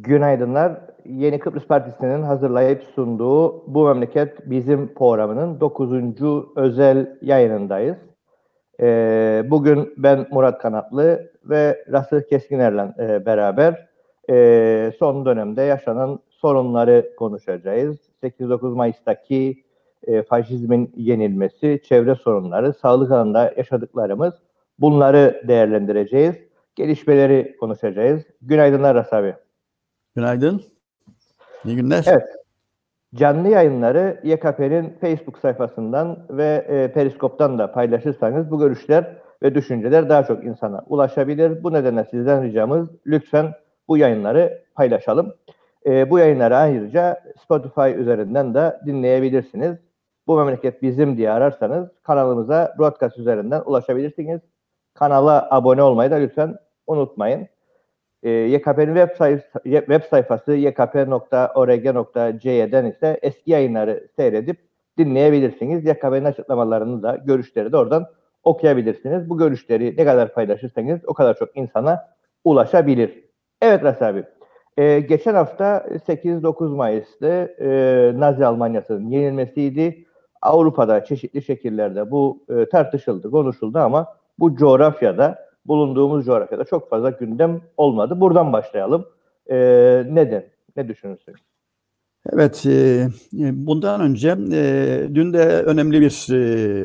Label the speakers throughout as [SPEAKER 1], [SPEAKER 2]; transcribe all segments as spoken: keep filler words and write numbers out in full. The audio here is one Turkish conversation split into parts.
[SPEAKER 1] Günaydınlar. Yeni Kıbrıs Partisi'nin hazırlayıp sunduğu Bu Memleket Bizim programının dokuzuncu özel yayınındayız. Ee, bugün ben Murat Kanatlı ve Rasih Keskiner'le e, beraber e, son dönemde yaşanan sorunları konuşacağız. sekiz dokuz Mayıs'taki e, faşizmin yenilmesi, çevre sorunları, sağlık alanında yaşadıklarımız, bunları değerlendireceğiz. Gelişmeleri konuşacağız. Günaydınlar Rasih abi.
[SPEAKER 2] Günaydın. İyi günler.
[SPEAKER 1] Evet. Canlı yayınları Y K P'nin Facebook sayfasından ve e, Periskop'tan da paylaşırsanız bu görüşler ve düşünceler daha çok insana ulaşabilir. Bu nedenle sizden ricamız lütfen bu yayınları paylaşalım. E, bu yayınları ayrıca Spotify üzerinden de dinleyebilirsiniz. Bu memleket bizim diye ararsanız kanalımıza broadcast üzerinden ulaşabilirsiniz. Kanala abone olmayı da lütfen unutmayın. Y K P'nin web sayfası, web sayfası y k p nokta org nokta c y'den ise eski yayınları seyredip dinleyebilirsiniz. Y K P'nin açıklamalarını da, görüşleri de oradan okuyabilirsiniz. Bu görüşleri ne kadar paylaşırsanız o kadar çok insana ulaşabilir. Evet Rasih abi, ee, geçen hafta sekiz dokuz Mayıs'ta e, Nazi Almanyası'nın yenilmesiydi. Avrupa'da çeşitli şekillerde bu e, tartışıldı, konuşuldu ama bu coğrafyada, bulunduğumuz coğrafyada çok fazla gündem olmadı. Buradan başlayalım. Ee, neden? Ne düşünürsünüz?
[SPEAKER 2] Evet, e, bundan önce e, dün de önemli bir e,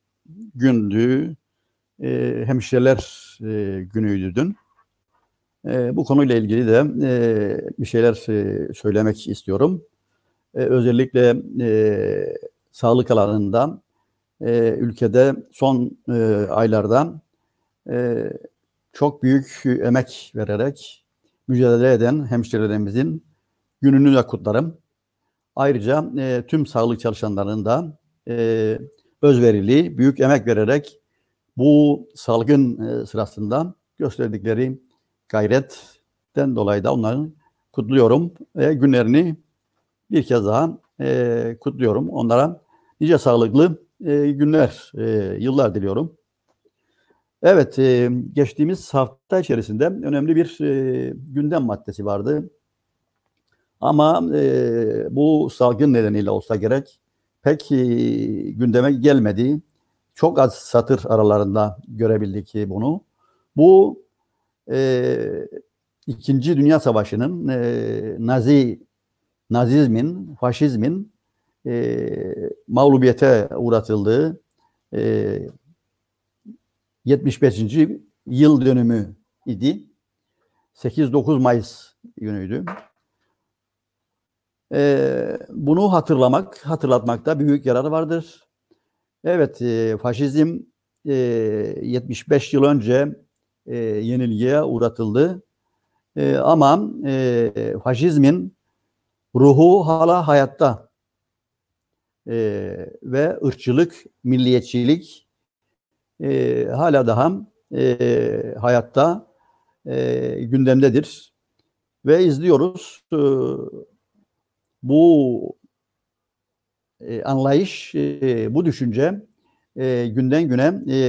[SPEAKER 2] gündü. E, hemşireler e, günüydü dün. E, bu konuyla ilgili de e, bir şeyler e, söylemek istiyorum. E, özellikle e, sağlık alanında e, ülkede son e, aylarda e, çok büyük emek vererek mücadele eden hemşirelerimizin gününü de kutlarım. Ayrıca e, tüm sağlık çalışanlarının da e, özverili, büyük emek vererek bu salgın e, sırasında gösterdikleri gayretten dolayı da onların kutluyorum ve günlerini bir kez daha e, kutluyorum. Onlara nice sağlıklı e, günler, e, yıllar diliyorum. Evet, e, geçtiğimiz hafta içerisinde önemli bir e, gündem maddesi vardı. Ama e, bu salgın nedeniyle olsa gerek pek e, gündeme gelmedi. Çok az satır aralarında görebildik bunu. Bu e, İkinci Dünya Savaşı'nın e, Nazi, Nazizmin, Faşizmin e, mağlubiyete uğratıldığı e, yetmiş beşinci yıl dönümü idi. sekiz dokuz Mayıs günüydü. Ee, bunu hatırlamak, hatırlatmakta büyük yararı vardır. Evet, e, faşizm e, yetmiş beş yıl önce e, yenilgiye uğratıldı. E, ama e, faşizmin ruhu hala hayatta. E, ve ırkçılık, milliyetçilik e, hala daha e, hayatta, e, gündemdedir. Ve izliyoruz. E, bu e, anlayış, e, bu düşünce e, günden güne e,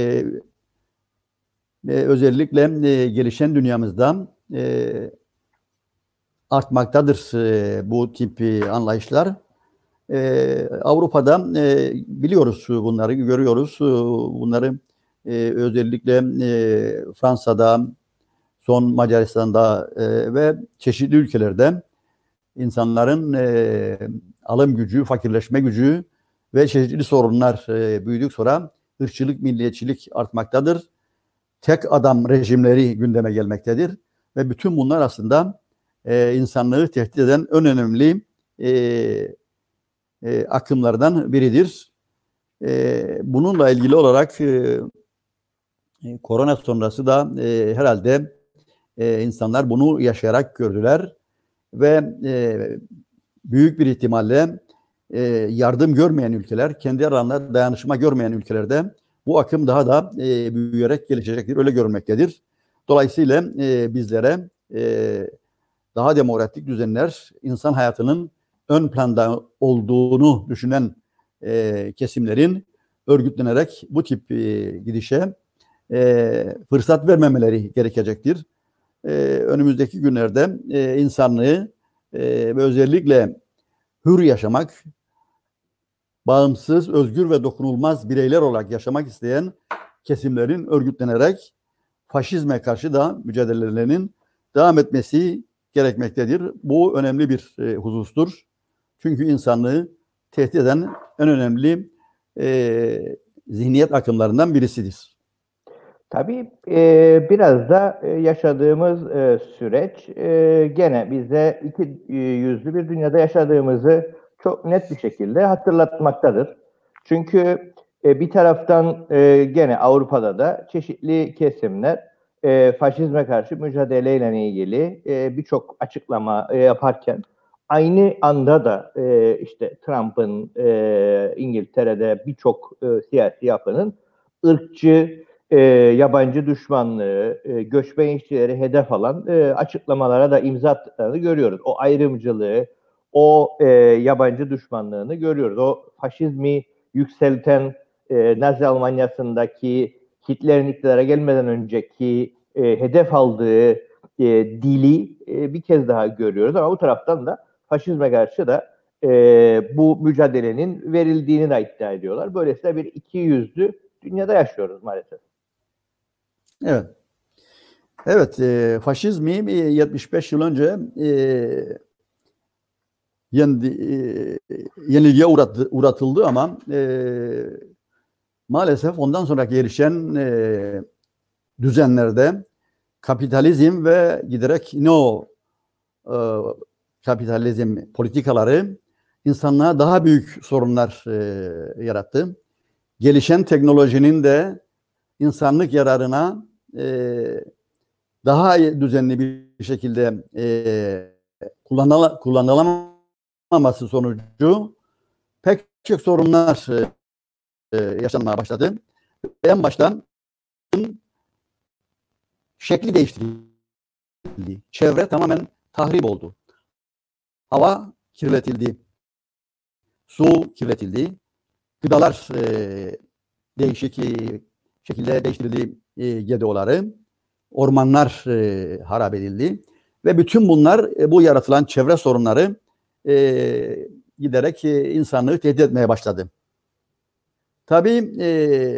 [SPEAKER 2] e, özellikle e, gelişen dünyamızda e, artmaktadır e, bu tip e, anlayışlar. E, Avrupa'da e, biliyoruz bunları, görüyoruz. Bunları e, özellikle e, Fransa'da, son Macaristan'da e, ve çeşitli ülkelerde insanların e, alım gücü, fakirleşme gücü ve çeşitli sorunlar e, büyüdük sonra ırkçılık, milliyetçilik artmaktadır. Tek adam rejimleri gündeme gelmektedir. Ve bütün bunlar aslında e, insanlığı tehdit eden en önemli e, e, akımlardan biridir. E, bununla ilgili olarak e, korona sonrası da e, herhalde e, insanlar bunu yaşayarak gördüler. Ve e, büyük bir ihtimalle e, yardım görmeyen ülkeler, kendi aralarında dayanışma görmeyen ülkelerde bu akım daha da e, büyüyerek gelişecektir. Öyle görülmektedir. Dolayısıyla e, bizlere e, daha demokratik düzenler, insan hayatının ön planda olduğunu düşünen e, kesimlerin örgütlenerek bu tip e, gidişe e, fırsat vermemeleri gerekecektir. e, önümüzdeki günlerde e, insanlığı e, ve özellikle hür yaşamak, bağımsız, özgür ve dokunulmaz bireyler olarak yaşamak isteyen kesimlerin örgütlenerek faşizme karşı da mücadelelerinin devam etmesi gerekmektedir. Bu önemli bir e, husustur. Çünkü insanlığı tehdit eden en önemli e, zihniyet akımlarından birisidir.
[SPEAKER 1] Tabii e, biraz da e, yaşadığımız e, süreç e, gene bize iki e, yüzlü bir dünyada yaşadığımızı çok net bir şekilde hatırlatmaktadır. Çünkü e, bir taraftan e, gene Avrupa'da da çeşitli kesimler e, faşizme karşı mücadeleyle ilgili e, birçok açıklama e, yaparken aynı anda da e, işte Trump'ın e, İngiltere'de birçok e, siyasi yapının ırkçı, e, yabancı düşmanlığı, e, göçmen işçileri hedef alan e, açıklamalara da imza attıklarını görüyoruz. O ayrımcılığı, o e, yabancı düşmanlığını görüyoruz. O faşizmi yükselten e, Nazi Almanya'sındaki Hitler'in iktidara gelmeden önceki e, hedef aldığı e, dili e, bir kez daha görüyoruz. Ama bu taraftan da faşizme karşı da e, bu mücadelenin verildiğini de iddia ediyorlar. Böylesine bir iki yüzlü dünyada yaşıyoruz maalesef.
[SPEAKER 2] Evet. Evet, e, faşizmi yetmiş beş yıl önce e, yendi, e, yenilgiye uğrattı, uğratıldı ama e, maalesef ondan sonra gelişen e, düzenlerde kapitalizm ve giderek neo e, kapitalizm politikaları insanlığa daha büyük sorunlar e, yarattı. Gelişen teknolojinin de insanlık yararına e, daha düzenli bir şekilde e, kullanıla, kullanılamaması sonucu pek çok sorunlar e, yaşanmaya başladı. En baştan şekli değiştirildi. Çevre tamamen tahrip oldu. Hava kirletildi. Su kirletildi. Gıdalar e, değişik e, şekilde değiştirildi e, G D O'ları. Ormanlar e, harap edildi. Ve bütün bunlar e, bu yaratılan çevre sorunları e, giderek e, insanlığı tehdit etmeye başladı. Tabii e,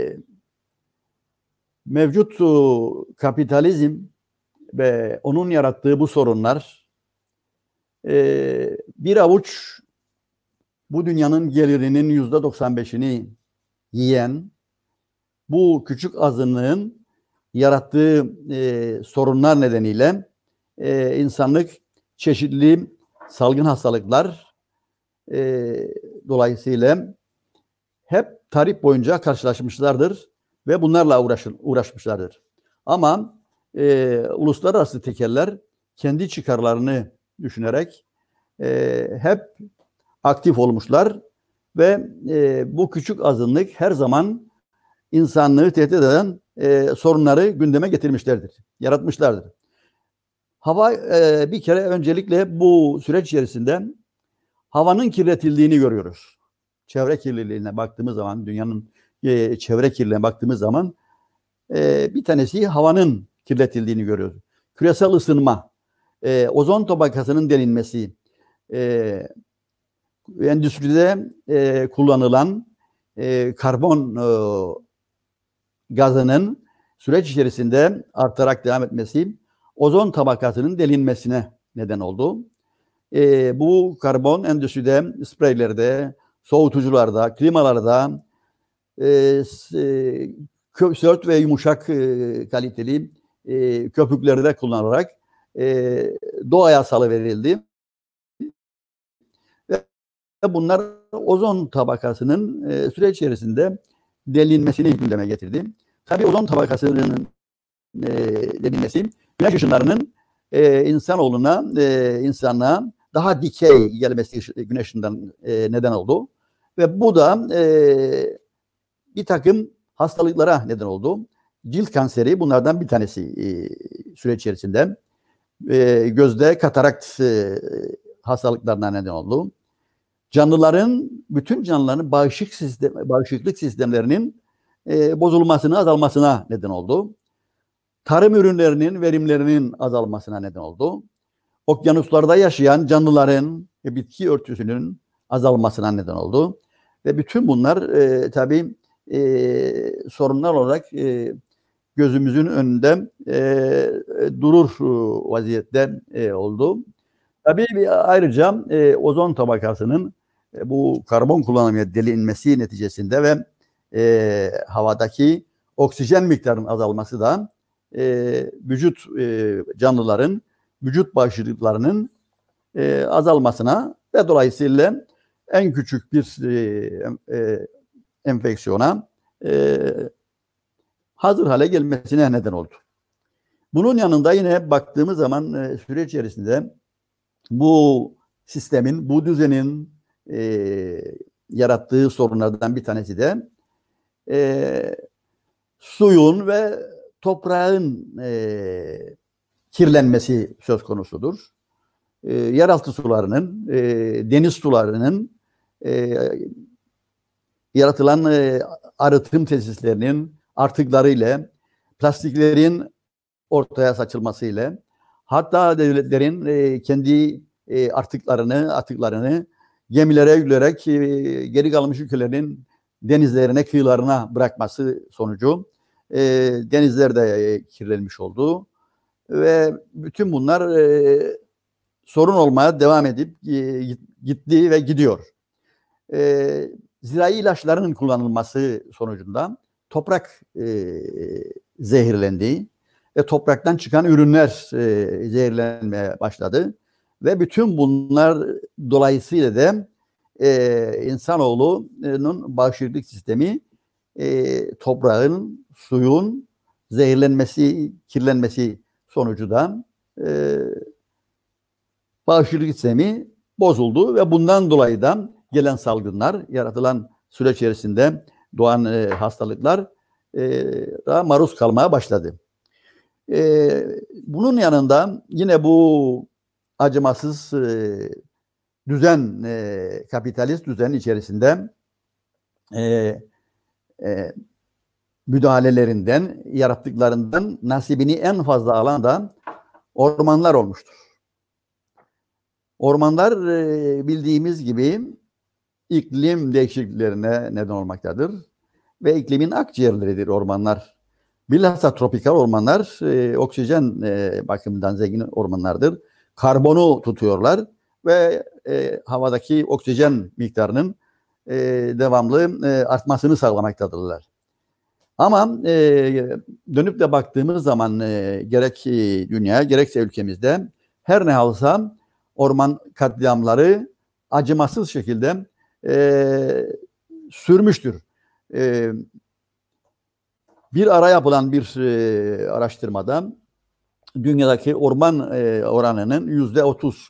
[SPEAKER 2] mevcut e, kapitalizm ve onun yarattığı bu sorunlar e, bir avuç bu dünyanın gelirinin yüzde doksan beşini yiyen bu küçük azınlığın yarattığı e, sorunlar nedeniyle e, insanlık çeşitli salgın hastalıklar e, dolayısıyla hep tarih boyunca karşılaşmışlardır ve bunlarla uğraşır, uğraşmışlardır. Ama e, uluslararası tekeller kendi çıkarlarını düşünerek e, hep aktif olmuşlar ve e, bu küçük azınlık her zaman insanlığı tehdit eden e, sorunları gündeme getirmişlerdir, yaratmışlardır. Hava e, bir kere öncelikle bu süreç içerisinde havanın kirletildiğini görüyoruz. Çevre kirliliğine baktığımız zaman, dünyanın e, çevre kirliliğine baktığımız zaman e, bir tanesi havanın kirletildiğini görüyoruz. Küresel ısınma, e, ozon tabakasının delinmesi, e, endüstride e, kullanılan e, karbon e, gazının süreç içerisinde artarak devam etmesi ozon tabakasının delinmesine neden oldu. E, bu karbon endüstride, spreylerde, soğutucularda, klimalarda, e, e, sert ve yumuşak e, kaliteli e, köpüklerde kullanılarak e, doğaya salıverildi. Ve bunlar ozon tabakasının e, süreç içerisinde delinmesini gündeme getirdi. Tabii ozon tabakasının e, delinmesi güneş ışınlarının e, insanoğluna, e, insanlığa daha dikey gelmesi güneş ışığından e, neden oldu. Ve bu da e, bir takım hastalıklara neden oldu. Cilt kanseri bunlardan bir tanesi e, süreç içerisinde. E, gözde katarakt e, hastalıklarına neden oldu. Canlıların, bütün canlıların bağışıklık, sistem, bağışıklık sistemlerinin e, bozulmasına, azalmasına neden oldu. tarım ürünlerinin verimlerinin azalmasına neden oldu. Okyanuslarda yaşayan canlıların ve bitki örtüsünün azalmasına neden oldu. Ve bütün bunlar e, tabii e, sorunlar olarak e, gözümüzün önünde e, durur vaziyette e, oldu. Tabii bir, ayrıca e, ozon tabakasının e, bu karbon kullanımına delinmesi neticesinde ve e, havadaki oksijen miktarının azalması da e, vücut e, canlıların vücut bağışıklıklarının e, azalmasına ve dolayısıyla en küçük bir e, e, enfeksiyona e, hazır hale gelmesine neden oldu. Bunun yanında yine baktığımız zaman e, süreç içerisinde bu sistemin, bu düzenin e, yarattığı sorunlardan bir tanesi de e, suyun ve toprağın e, kirlenmesi söz konusudur. E, yeraltı sularının, e, deniz sularının, e, yaratılan e, arıtım tesislerinin artıklarıyla, plastiklerin ortaya saçılmasıyla, hatta devletlerin e, kendi e, artıklarını, atıklarını gemilere yüklerek e, geri kalmış ülkelerin denizlerine, kıyılarına bırakması sonucu e, denizler de e, kirlenmiş oldu. Ve bütün bunlar e, sorun olmaya devam edip e, gitti ve gidiyor. E, zirai ilaçların kullanılması sonucunda toprak e, zehirlendi ve topraktan çıkan ürünler e, zehirlenmeye başladı. Ve bütün bunlar dolayısıyla da e, insanoğlunun bağışıklık sistemi e, toprağın, suyun zehirlenmesi, kirlenmesi sonucu da e, bağışıklık sistemi bozuldu ve bundan dolayı da gelen salgınlar, yaratılan süre içerisinde doğan e, hastalıklar e, daha maruz kalmaya başladı. E, bunun yanında yine bu acımasız e, düzen, e, kapitalist düzen içerisinde e, e, müdahalelerinden, yarattıklarından nasibini en fazla alan da ormanlar olmuştur. Ormanlar e, bildiğimiz gibi iklim değişikliklerine neden olmaktadır ve iklimin akciğerleridir ormanlar. Bilhassa tropikal ormanlar e, oksijen e, bakımından zengin ormanlardır. Karbonu tutuyorlar ve e, havadaki oksijen miktarının e, devamlı e, artmasını sağlamaktadırlar. Ama e, dönüp de baktığımız zaman e, gerek dünya gerekse ülkemizde her ne olsa orman katliamları acımasız şekilde e, sürmüştür. E, bir ara yapılan bir e, araştırmada dünyadaki orman e, oranının yüzde otuz,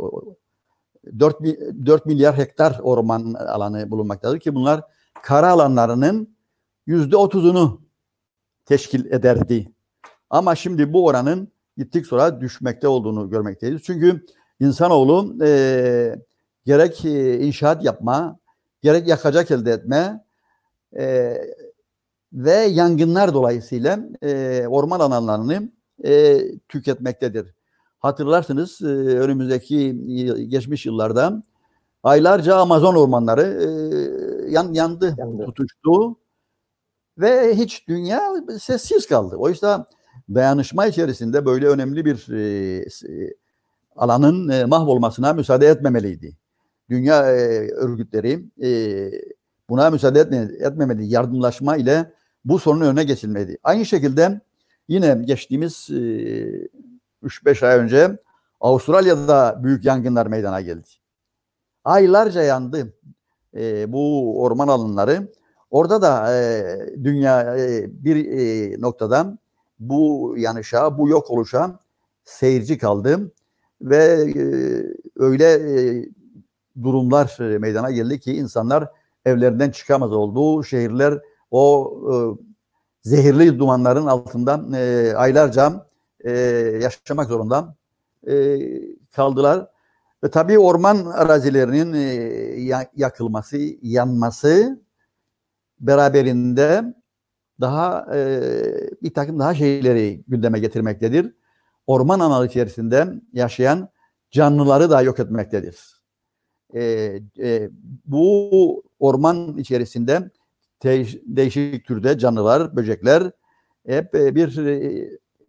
[SPEAKER 2] dört milyar hektar orman alanı bulunmaktadır ki bunlar kara alanlarının yüzde otuzunu teşkil ederdi. Ama şimdi bu oranın gittik sonra düşmekte olduğunu görmekteyiz. Çünkü insanoğlu e, gerek e, inşaat yapma, gerek yakacak elde etme e, ve yangınlar dolayısıyla e, orman alanlarını e, tüketmektedir. Hatırlarsınız e, önümüzdeki geçmiş yıllarda aylarca Amazon ormanları e, yan, yandı, yandı, tutuştu ve hiç dünya sessiz kaldı. Oysa dayanışma içerisinde böyle önemli bir e, alanın e, mahvolmasına müsaade etmemeliydi. Dünya e, örgütleri e, buna müsaade etme, etmemeli. Yardımlaşma ile bu sorunun önüne geçilmeli. Aynı şekilde yine geçtiğimiz e, üç beş ay önce Avustralya'da büyük yangınlar meydana geldi. Aylarca yandı e, bu orman alanları. Orada da e, dünya e, bir e, noktadan bu yanışa, bu yok oluşa seyirci kaldı ve e, öyle e, durumlar e, meydana geldi ki insanlar evlerinden çıkamaz oldu. Şehirler o e, zehirli dumanların altından e, aylarca e, yaşamak zorunda e, kaldılar. Ve tabii orman arazilerinin e, yakılması, yanması beraberinde daha e, bir takım daha şeyleri gündeme getirmektedir. Orman alanı içerisinde yaşayan canlıları da yok etmektedir. E, e, bu orman içerisinde te- değişik türde canlılar, böcekler hep e, bir e,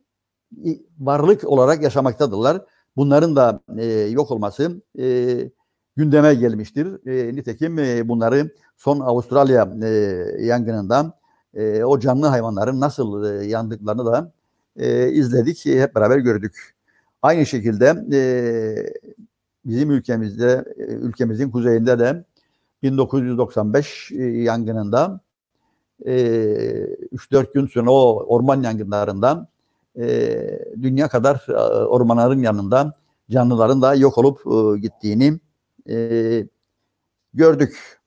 [SPEAKER 2] varlık olarak yaşamaktadırlar. Bunların da e, yok olması e, gündeme gelmiştir. E, nitekim e, bunları son Avustralya e, yangınından e, o canlı hayvanların nasıl e, yandıklarını da e, izledik, e, hep beraber gördük. Aynı şekilde e, bizim ülkemizde, e, ülkemizin kuzeyinde de bin dokuz yüz doksan beş e, yangınında e, üç dört gün sonra o orman yangınlarından e, dünya kadar e, ormanların yanında canlıların da yok olup e, gittiğini e, gördük.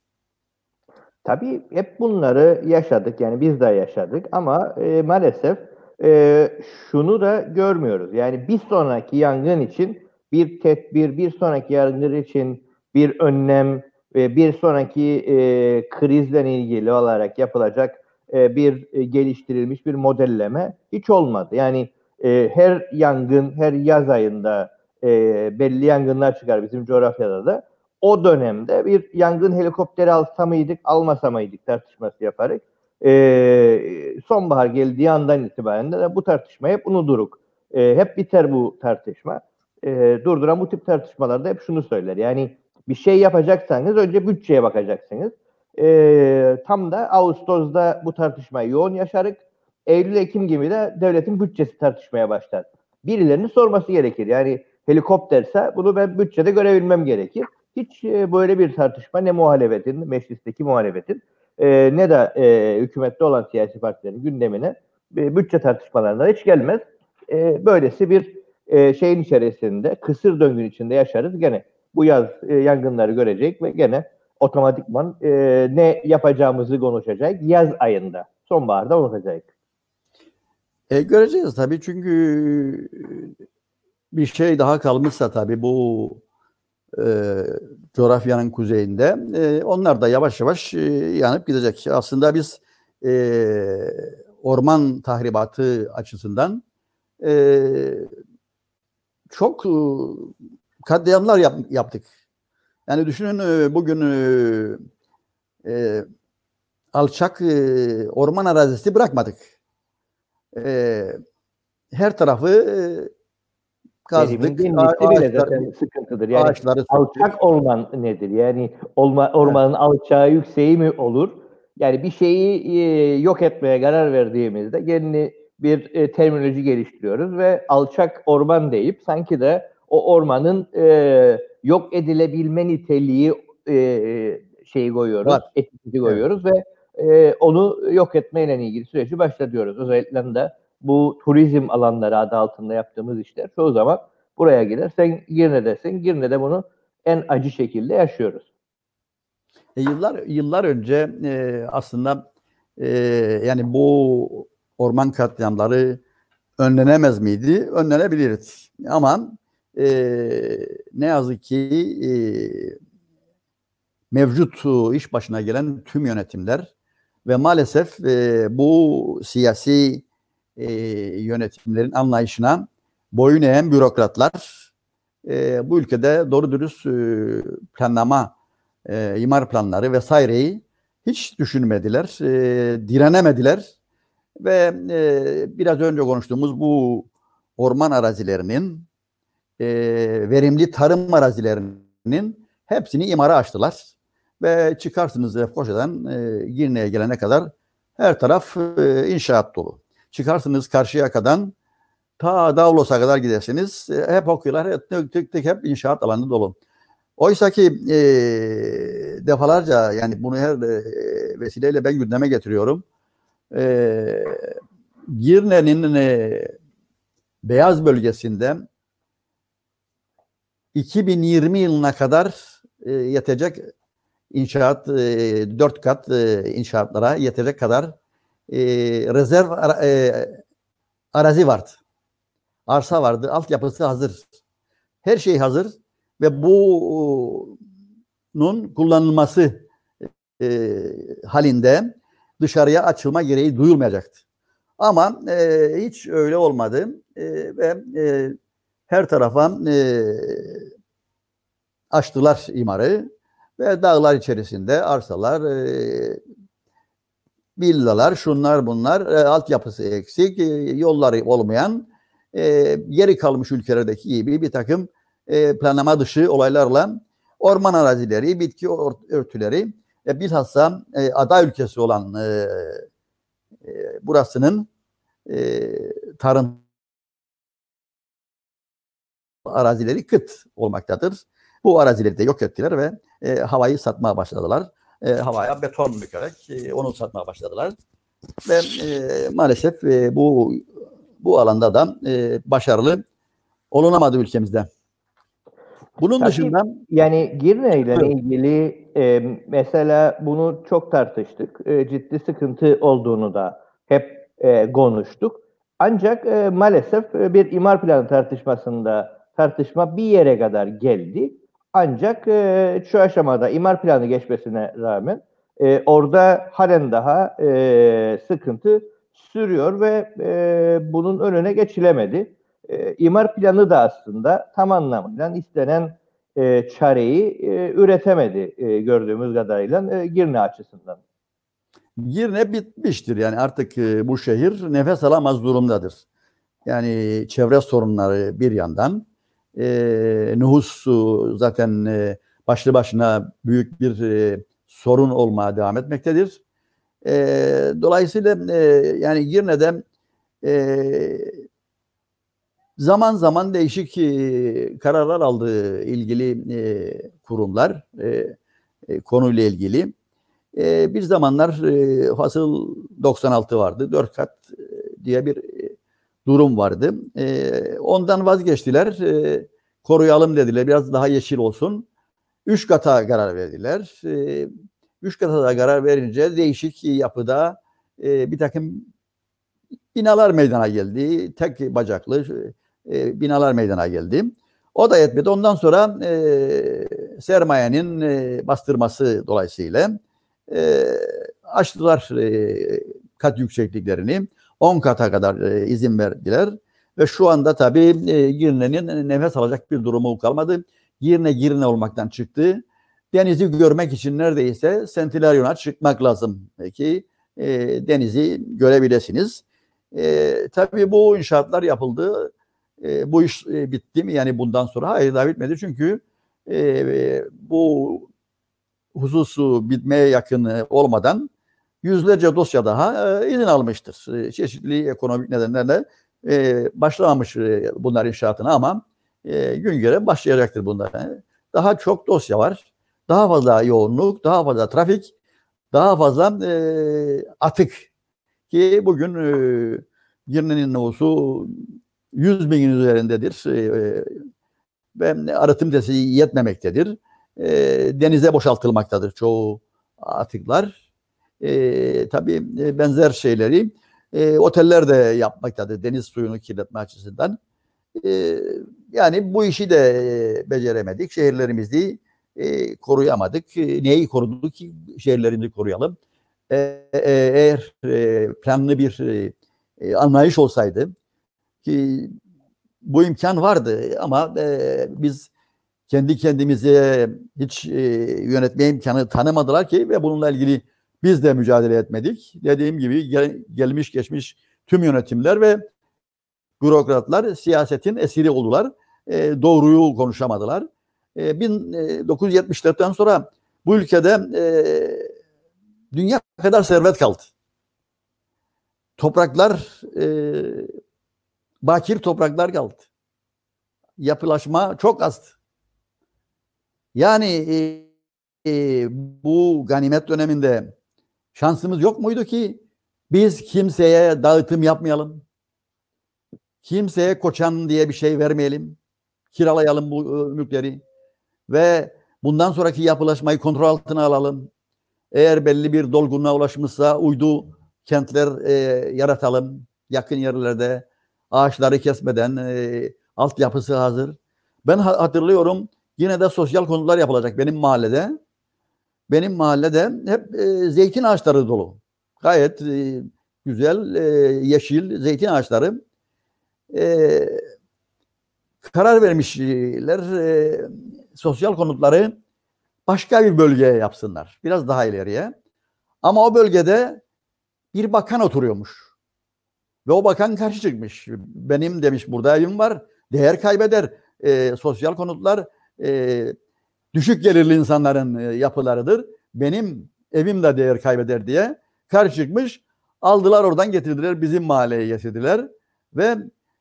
[SPEAKER 1] Tabii hep bunları yaşadık, yani biz de yaşadık ama e, maalesef e, şunu da görmüyoruz. Yani bir sonraki yangın için bir tedbir, bir sonraki yangın için bir önlem ve bir sonraki e, krizle ilgili olarak yapılacak e, bir e, geliştirilmiş bir modelleme hiç olmadı. Yani e, her yangın, her yaz ayında e, belli yangınlar çıkar bizim coğrafyada da. O dönemde bir yangın helikopteri alsa mıydık, almasa mıydık tartışması yaparak e, sonbahar geldiği andan itibaren de bu tartışma hep unuduruk. E, hep biter bu tartışma. E, durduran bu tip tartışmalarda hep şunu söyler. Yani bir şey yapacaksanız önce bütçeye bakacaksınız. E, tam da Ağustos'da bu tartışmayı yoğun yaşarık. Eylül-Ekim gibi de devletin bütçesi tartışmaya başlar. Birilerinin sorması gerekir. Yani helikopterse bunu ben bütçede görebilmem gerekir. Hiç e, böyle bir tartışma ne muhalefetin, meclisteki muhalefetin e, ne de e, hükümette olan siyasi partilerin gündemine e, bütçe tartışmalarına hiç gelmez. E, böylesi bir e, şeyin içerisinde, kısır döngünün içinde yaşarız. Gene bu yaz e, yangınları görecek ve gene otomatikman e, ne yapacağımızı konuşacak yaz ayında, sonbaharda unutacak.
[SPEAKER 2] E, göreceğiz tabii, çünkü bir şey daha kalmışsa tabii bu e, coğrafyanın kuzeyinde e, onlar da yavaş yavaş e, yanıp gidecek. Aslında biz e, orman tahribatı açısından e, çok e, katliamlar yap, yaptık. Yani düşünün, e, bugün e, e, alçak e, orman arazisi bırakmadık. E, her tarafı e,
[SPEAKER 1] Verimin
[SPEAKER 2] kazdık,
[SPEAKER 1] denmesi bile
[SPEAKER 2] ağaçlar,
[SPEAKER 1] zaten sıkıntıdır. Yani
[SPEAKER 2] ağaçları söktük.
[SPEAKER 1] alçak orman nedir? Yani olma,
[SPEAKER 2] Evet.
[SPEAKER 1] ormanın alçağı yükseği mi olur? Yani bir şeyi e, yok etmeye karar verdiğimizde yeni bir e, terminoloji geliştiriyoruz ve alçak orman deyip sanki de o ormanın e, yok edilebilme niteliği e, şeyi koyuyoruz,
[SPEAKER 2] Var.
[SPEAKER 1] etiketi
[SPEAKER 2] Evet.
[SPEAKER 1] koyuyoruz ve e, onu yok etmeyle ilgili süreci başlatıyoruz. Özellikle de bu turizm alanları adı altında yaptığımız işler çoğu zaman buraya gider. Sen Girne'desin. Girne'de bunu en acı şekilde yaşıyoruz.
[SPEAKER 2] E, yıllar yıllar önce e, aslında e, yani bu orman katliamları önlenemez miydi? Önlenebilirdi. Ama e, ne yazık ki e, mevcut iş başına gelen tüm yönetimler ve maalesef e, bu siyasi e, yönetimlerin anlayışına boyun eğen bürokratlar e, bu ülkede doğru dürüst e, planlama, e, imar planları vesaireyi hiç düşünmediler, e, direnemediler ve e, biraz önce konuştuğumuz bu orman arazilerinin, e, verimli tarım arazilerinin hepsini imara açtılar. Ve çıkarsınız Lefkoşa'dan e, Girne'ye gelene kadar her taraf e, inşaat dolu. Çıkarsınız Karşıyaka'dan ta Davlos'a kadar gidersiniz. E, hep okuyorlar, hep, tık tık tık hep inşaat alanı dolu. Oysa ki e, defalarca, yani bunu her e, vesileyle ben gündeme getiriyorum. E, Girne'nin e, Beyaz bölgesinde iki bin yirmi yılına kadar e, yetecek inşaat, e, dört kat e, inşaatlara yetecek kadar e, rezerv ara, e, arazi vardı. Arsa vardı, altyapısı hazır. Her şey hazır ve bunun kullanılması e, halinde dışarıya açılma gereği duyulmayacaktı. Ama e, hiç öyle olmadı e, ve e, her tarafa e, açtılar imarı ve dağlar içerisinde arsalar, e, villalar, şunlar bunlar, e, altyapısı eksik, e, yolları olmayan, e, geri kalmış ülkelerdeki gibi bir takım e, planlama dışı olaylarla orman arazileri, bitki örtüleri, e, bilhassa e, ada ülkesi olan e, e, burasının e, tarım arazileri kıt olmaktadır. Bu arazileri de yok ettiler ve e, havayı satmaya başladılar. E, havaya beton bükerek e, onu satmaya başladılar. Ve e, maalesef e, bu bu alanda da e, başarılı olunamadı ülkemizde. Bunun
[SPEAKER 1] Tabii,
[SPEAKER 2] dışında
[SPEAKER 1] yani Girne ile
[SPEAKER 2] evet,
[SPEAKER 1] ilgili e, mesela bunu çok tartıştık. E, ciddi sıkıntı olduğunu da hep e, konuştuk. Ancak e, maalesef e, bir imar planı tartışmasında tartışma bir yere kadar geldi. Ancak e, şu aşamada imar planı geçmesine rağmen e, orada halen daha e, sıkıntı sürüyor ve e, bunun önüne geçilemedi. E, imar planı da aslında tam anlamıyla istenen e, çareyi e, üretemedi e, gördüğümüz kadarıyla e, Girne açısından.
[SPEAKER 2] Girne bitmiştir. Yani artık e, bu şehir nefes alamaz durumdadır. Yani çevre sorunları bir yandan, e, nüfus zaten e, başlı başına büyük bir e, sorun olmaya devam etmektedir. E, dolayısıyla e, yani Girne'de e, zaman zaman değişik e, kararlar aldı ilgili e, kurumlar e, e, konuyla ilgili. E, bir zamanlar e, hasıl doksan altı vardı, dört kat e, diye bir e, durum vardı. E, ondan vazgeçtiler, e, koruyalım dediler, biraz daha yeşil olsun. Üç kata karar verdiler. E, üç kata da karar verince değişik yapıda e, bir takım binalar meydana geldi. Tek bacaklı e, binalar meydana geldi. O da yetmedi. Ondan sonra e, sermayenin e, bastırması dolayısıyla e, açtılar e, kat yüksekliklerini. on kata kadar e, izin verdiler. Ve şu anda tabii e, Girne'nin nefes alacak bir durumu kalmadı. Girne Girne olmaktan çıktı. Denizi görmek için neredeyse Sentilaryon'a çıkmak lazım ki e, denizi görebilirsiniz. E, tabii bu inşaatlar yapıldı. E, bu iş e, bitti mi? Yani bundan sonra hayır, daha bitmedi. Çünkü e, bu hususu bitmeye yakın olmadan yüzlerce dosya daha e, izin almıştır. E, çeşitli ekonomik nedenlerle e, başlamamış e, bunlar inşaatına ama e, gün göre başlayacaktır bunlar. Yani daha çok dosya var. Daha fazla yoğunluk, daha fazla trafik, daha fazla e, atık ki bugün e, Girne'nin nüfusu yüz binin üzerindedir e, ve arıtım tesisi yetmemektedir. E, denize boşaltılmaktadır çoğu atıklar. E, tabii benzer şeyleri e, oteller de yapmaktadır deniz suyunu kirletme açısından. E, yani bu işi de e, beceremedik. Şehirlerimizi e, koruyamadık. E, neyi koruduk ki şehirlerimizi koruyalım? E, e, eğer e, planlı bir e, anlayış olsaydı ki bu imkan vardı ama e, biz kendi kendimize hiç e, yönetme imkanı tanımadılar ki ve bununla ilgili biz de mücadele etmedik. Dediğim gibi gel, gelmiş geçmiş tüm yönetimler ve bürokratlar siyasetin esiri oldular. E, doğruyu konuşamadılar. E, bin dokuz yüz yetmiş dörtten sonra bu ülkede e, dünya kadar servet kaldı. Topraklar e, bakir topraklar kaldı. Yapılaşma çok azdı. Yani e, e, bu ganimet döneminde şansımız yok muydu ki biz kimseye dağıtım yapmayalım? Kimseye koçan diye bir şey vermeyelim. Kiralayalım bu e, mülkleri ve bundan sonraki yapılaşmayı kontrol altına alalım. Eğer belli bir dolgunluğa ulaşmışsa uydu kentler e, yaratalım. Yakın yerlerde ağaçları kesmeden e, altyapısı hazır. Ben hatırlıyorum yine de sosyal konular yapılacak benim mahallede. Benim mahallede hep e, zeytin ağaçları dolu. gayet e, güzel e, yeşil zeytin ağaçları. E, karar vermişler e, sosyal konutları başka bir bölgeye yapsınlar. Biraz daha ileriye. Ama o bölgede bir bakan oturuyormuş. Ve o bakan karşı çıkmış. Benim demiş burada evim var. Değer kaybeder. E, sosyal konutlar e, düşük gelirli insanların e, yapılarıdır. Benim evim de değer kaybeder diye karşı çıkmış. Aldılar oradan getirdiler. Bizim mahalleye getirdiler. Ve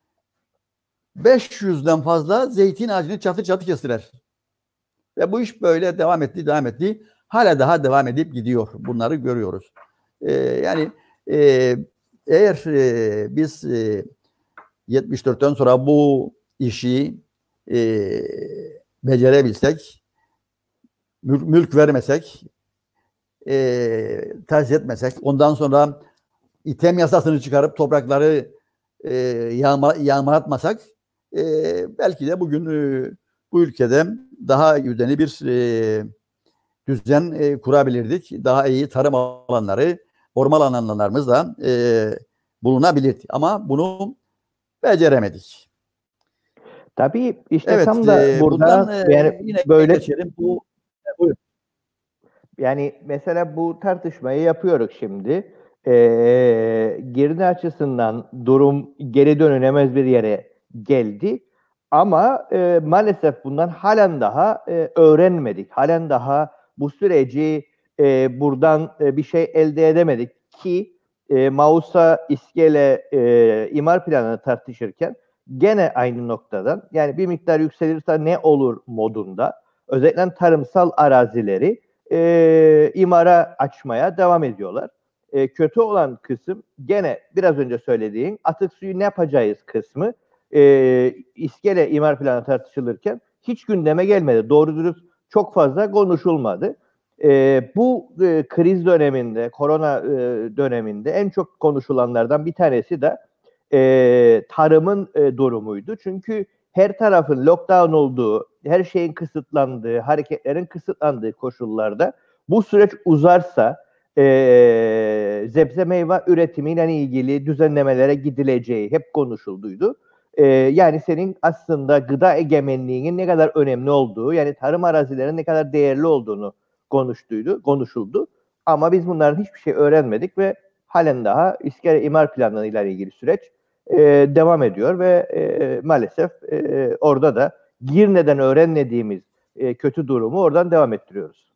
[SPEAKER 2] beş yüzden fazla zeytin ağacını çatı çatı kestiler. Ve bu iş böyle devam etti, devam etti. Hala daha devam edip gidiyor. Bunları görüyoruz. Ee, yani e, eğer e, biz e, yetmiş dörtten sonra bu işi e, becerebilsek, mülk, mülk vermesek, e, tercih etmesek, ondan sonra İTEM yasasını çıkarıp toprakları e, yağma, yağmalatmasak, e, belki de bugün e, bu ülkede daha düzenli bir e, düzen e, kurabilirdik. Daha iyi tarım alanları, orman alanlarımız da e, bulunabilirdi. Ama bunu beceremedik.
[SPEAKER 1] Tabii işte
[SPEAKER 2] Evet,
[SPEAKER 1] tam da
[SPEAKER 2] e,
[SPEAKER 1] burada
[SPEAKER 2] bundan e,
[SPEAKER 1] yani
[SPEAKER 2] yine
[SPEAKER 1] böyle
[SPEAKER 2] geçelim. Bu, buyurun.
[SPEAKER 1] yani mesela bu tartışmayı yapıyoruz şimdi. Ee, girdi açısından durum geri dönülemez bir yere geldi. Ama e, maalesef bundan halen daha e, öğrenmedik. Halen daha bu süreci e, buradan e, bir şey elde edemedik ki e, Mausa İskele e, imar planını tartışırken gene aynı noktadan yani bir miktar yükselirse ne olur modunda özellikle tarımsal arazileri e, imara açmaya devam ediyorlar. E, kötü olan kısım gene biraz önce söylediğin atık suyu ne yapacağız kısmı e, İskele imar planı tartışılırken hiç gündeme gelmedi. Doğru dürüst çok fazla konuşulmadı. E, bu e, kriz döneminde, korona e, döneminde en çok konuşulanlardan bir tanesi de e, tarımın e, durumuydu. Çünkü her tarafın lockdown olduğu, her şeyin kısıtlandığı, hareketlerin kısıtlandığı koşullarda bu süreç uzarsa e, sebze meyve üretimiyle ilgili düzenlemelere gidileceği hep konuşulduydu. E, yani senin aslında gıda egemenliğinin ne kadar önemli olduğu, yani tarım arazilerinin ne kadar değerli olduğunu konuştuydu, konuşuldu. Ama biz bunların hiçbir şey öğrenmedik ve halen daha İskele imar planlarıyla ilgili süreç e, devam ediyor ve e, maalesef e, orada da Girne'den öğrenmediğimiz e, kötü durumu oradan devam ettiriyoruz.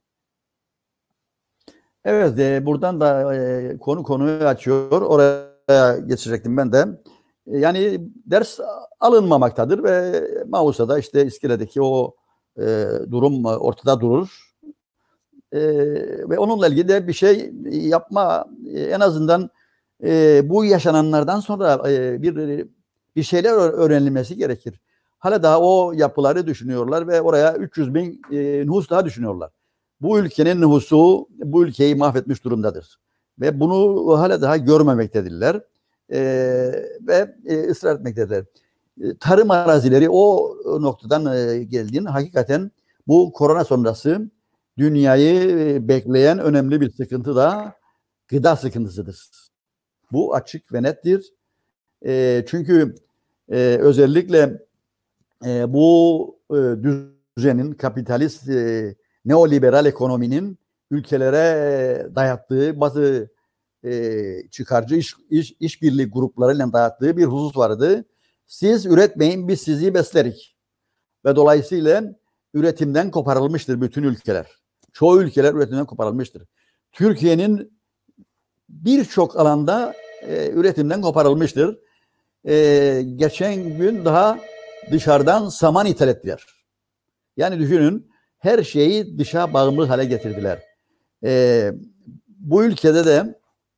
[SPEAKER 2] Evet, e, buradan da e, konu konuyu açıyor. Oraya geçecektim ben de. E, yani ders alınmamaktadır ve Mausa'da işte İskele'deki o e, durum ortada durur. E, ve onunla ilgili de bir şey yapma, e, en azından e, bu yaşananlardan sonra e, bir bir şeyler öğrenilmesi gerekir. Hala daha o yapıları düşünüyorlar ve oraya üç yüz bin e, nüfus daha düşünüyorlar. Bu ülkenin nüfusu bu ülkeyi mahvetmiş durumdadır. Ve bunu hala daha görmemektedirler. E, ve e, ısrar etmektedirler. E, tarım arazileri o noktadan e, geldiğin hakikaten bu korona sonrası dünyayı bekleyen önemli bir sıkıntı da gıda sıkıntısıdır. Bu açık ve nettir. E, çünkü e, özellikle e, bu e, düzenin kapitalist e, neoliberal ekonominin ülkelere dayattığı bazı e, çıkarcı iş, iş, işbirliği gruplarıyla dayattığı bir husus vardı. Siz üretmeyin, biz sizi beslerik. Ve dolayısıyla üretimden koparılmıştır bütün ülkeler. Çoğu ülkeler üretimden koparılmıştır. Türkiye'nin birçok alanda e, üretimden koparılmıştır. E, geçen gün daha dışarıdan saman ithal ettiler. Yani düşünün, her şeyi dışa bağımlı hale getirdiler. E, bu ülkede de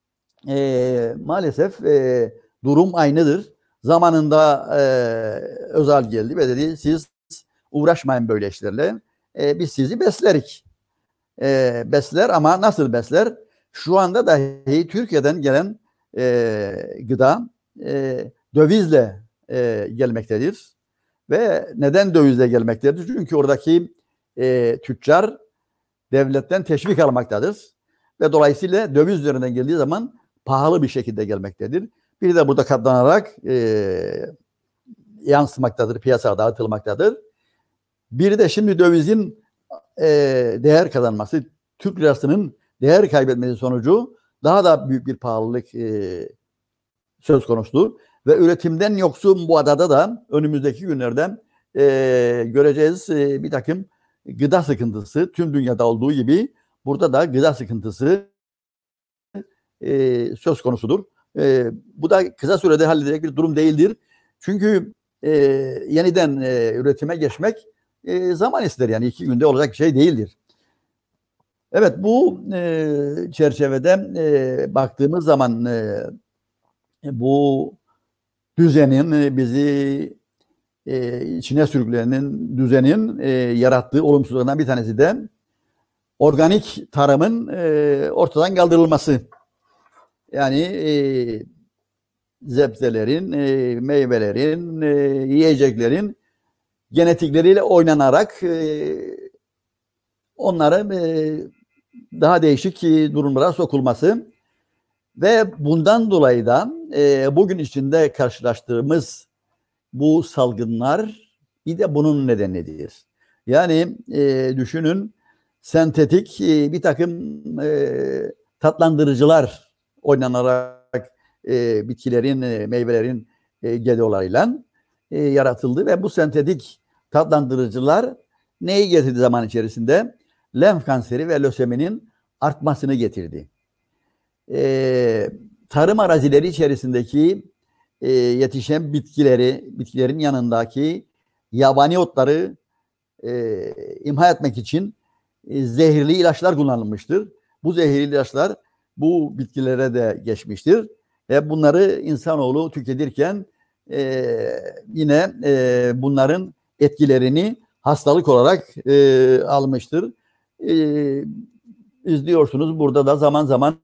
[SPEAKER 2] e, maalesef e, durum aynıdır. Zamanında e, Özal geldi ve dedi siz uğraşmayın böyle işlerle. E, biz sizi beslerik. E, besler ama nasıl besler? Şu anda dahi Türkiye'den gelen e, gıda e, dövizle e, gelmektedir. Ve neden dövizle gelmektedir? Çünkü oradaki e, tüccar devletten teşvik almaktadır. ve dolayısıyla döviz üzerinden geldiği zaman pahalı bir şekilde gelmektedir. Biri de burada katlanarak e, yansımaktadır, piyasaya dağıtılmaktadır. Biri de şimdi dövizin e, değer kazanması, Türk lirasının değer kaybetmesi sonucu daha da büyük bir pahalılık e, söz konusudur. Ve üretimden yoksun bu adada da önümüzdeki günlerde e, göreceğiz e, bir takım gıda sıkıntısı, tüm dünyada olduğu gibi burada da gıda sıkıntısı e, söz konusudur. E, bu da kısa sürede halledilecek bir durum değildir. Çünkü e, yeniden e, üretime geçmek e, zaman ister, yani iki günde olacak bir şey değildir. Evet, bu e, çerçevede e, baktığımız zaman e, bu düzenin e, bizi e, içine sürükleyenin düzenin e, yarattığı olumsuzluklardan bir tanesi de organik tarımın e, ortadan kaldırılması. Yani e, zebzelerin, e, meyvelerin, e, yiyeceklerin genetikleriyle oynanarak e, onların e, daha değişik e, durumlara sokulması ve bundan dolayı da e, bugün içinde karşılaştığımız bu salgınlar bir de bunun nedenidir. Yani e, düşünün, sentetik e, bir takım e, tatlandırıcılar oynanarak e, bitkilerin, e, meyvelerin e, G D O'larıyla e, yaratıldı ve bu sentetik tatlandırıcılar neyi getirdi zaman içerisinde? Lenf kanseri ve löseminin artmasını getirdi. E, tarım arazileri içerisindeki e, yetişen bitkileri, bitkilerin yanındaki yabani otları e, imha etmek için e, zehirli ilaçlar kullanılmıştır. Bu zehirli ilaçlar bu bitkilere de geçmiştir ve bunları insanoğlu tüketirken e, yine e, bunların etkilerini hastalık olarak e, almıştır. E, izliyorsunuz, burada da zaman zaman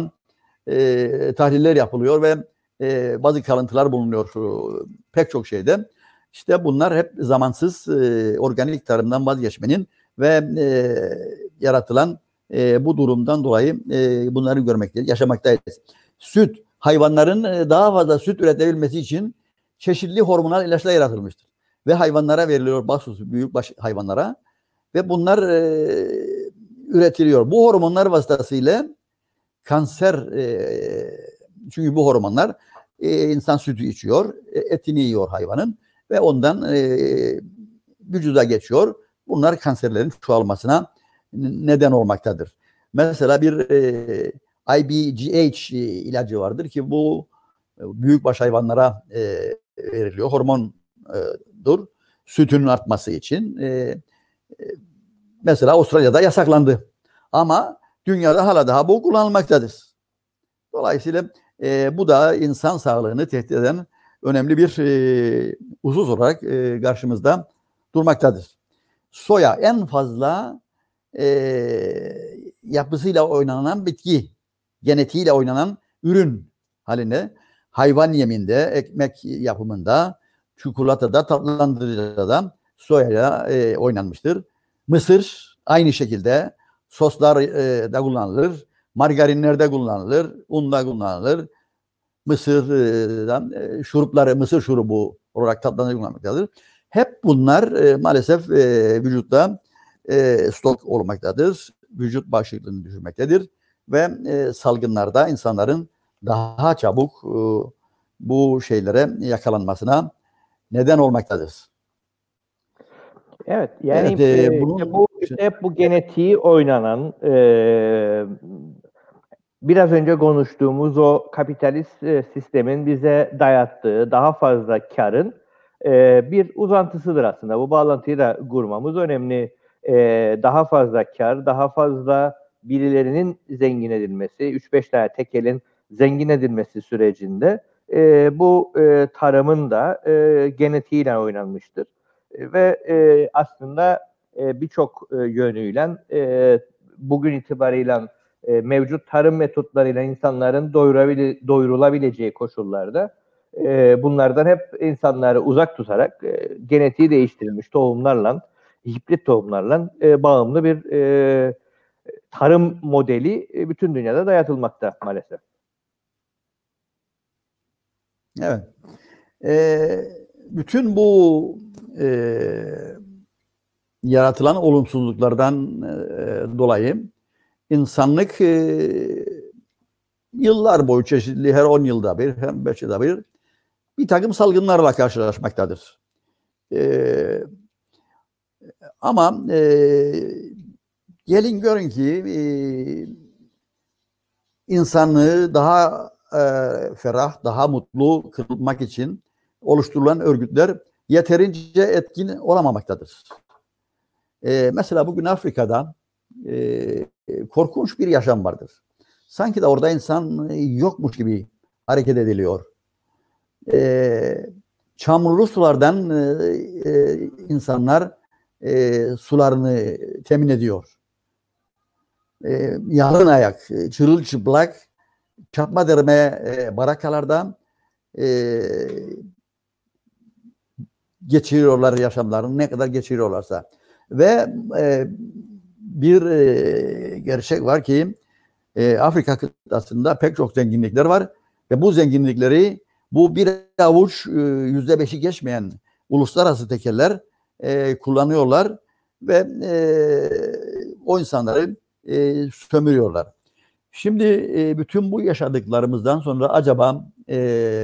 [SPEAKER 2] e, tahliller yapılıyor ve e, bazı kalıntılar bulunuyor şu, pek çok şeyde. İşte bunlar hep zamansız e, organik tarımdan vazgeçmenin ve e, yaratılan e, bu durumdan dolayı e, bunları görmekteyiz, yaşamaktayız. Süt, hayvanların e, daha fazla süt üretebilmesi için çeşitli hormonal ilaçlar yaratılmıştır. Ve hayvanlara veriliyor, bahsus büyük baş hayvanlara ve bunlar e, üretiliyor. Bu hormonlar vasıtasıyla kanser, e, çünkü bu hormonlar e, insan sütü içiyor, e, etini yiyor hayvanın ve ondan e, vücuda geçiyor. Bunlar kanserlerin çoğalmasına neden olmaktadır. Mesela bir e, I B G H ilacı vardır ki bu büyükbaş hayvanlara e, veriliyor. Hormondur. Sütünün artması için. E, e, mesela Avustralya'da yasaklandı. Ama dünyada hala daha bu kullanılmaktadır. Dolayısıyla e, bu da insan sağlığını tehdit eden önemli bir e, husus olarak e, karşımızda durmaktadır. Soya en fazla e, yapısıyla oynanan bitki, genetiğiyle oynanan ürün haline, hayvan yeminde, ekmek yapımında, çikolatada, tatlandırıcıda soyayla e, oynanmıştır. Mısır aynı şekilde soslar e, da kullanılır, margarinlerde kullanılır, unda kullanılır. Mısırdan e, şurupları, mısır şurubu olarak tatlandırıcı kullanılmaktadır. Hep bunlar e, maalesef e, vücutta e, stok olmaktadır. Vücut bağışıklığını düşürmektedir. Ve e, salgınlarda insanların daha çabuk e, bu şeylere yakalanmasına neden olmaktadır.
[SPEAKER 1] Evet, yani
[SPEAKER 2] Evet, e,
[SPEAKER 1] e,
[SPEAKER 2] bunun
[SPEAKER 1] işte bu işte hep bu genetiği oynanan e, biraz önce konuştuğumuz o kapitalist e, sistemin bize dayattığı daha fazla karın e, bir uzantısıdır aslında. Bu bağlantıyı da kurmamız önemli. E, daha fazla kar, daha fazla birilerinin zengin edilmesi, üç beş tane tekelin zengin edilmesi sürecinde e, bu e, tarımın da e, genetiğiyle oynanmıştır. E, ve e, aslında e, birçok e, yönüyle e, bugün itibarıyla e, mevcut tarım metotlarıyla insanların doyurabile, doyurulabileceği koşullarda e, bunlardan hep insanları uzak tutarak e, genetiği değiştirilmiş tohumlarla, hibrit tohumlarla e, bağımlı bir e, tarım modeli e, bütün dünyada dayatılmakta maalesef.
[SPEAKER 2] Evet. Ee, bütün bu e, yaratılan olumsuzluklardan e, dolayı insanlık e, yıllar boyu çeşitli, her on yılda bir, her beş yılda bir bir takım salgınlarla karşılaşmaktadır. E, ama e, gelin görün ki e, insanlığı daha e, ferah, daha mutlu kılmak için oluşturulan örgütler yeterince etkin olamamaktadır. E, mesela bugün Afrika'da e, korkunç bir yaşam vardır. Sanki de orada insan yokmuş gibi hareket ediliyor. E, çamurlu sulardan e, e, insanlar e, sularını temin ediyor. E, yalın ayak, çırılçıplak, çarpma derme e, barakalardan e, geçiriyorlar yaşamlarını, ne kadar geçiriyorlarsa. Ve e, bir e, gerçek var ki e, Afrika kıtasında pek çok zenginlikler var ve bu zenginlikleri bu bir avuç e, yüzde beşi geçmeyen uluslararası tekeller e, kullanıyorlar ve e, o insanları e, sömürüyorlar. Şimdi e, bütün bu yaşadıklarımızdan sonra acaba e,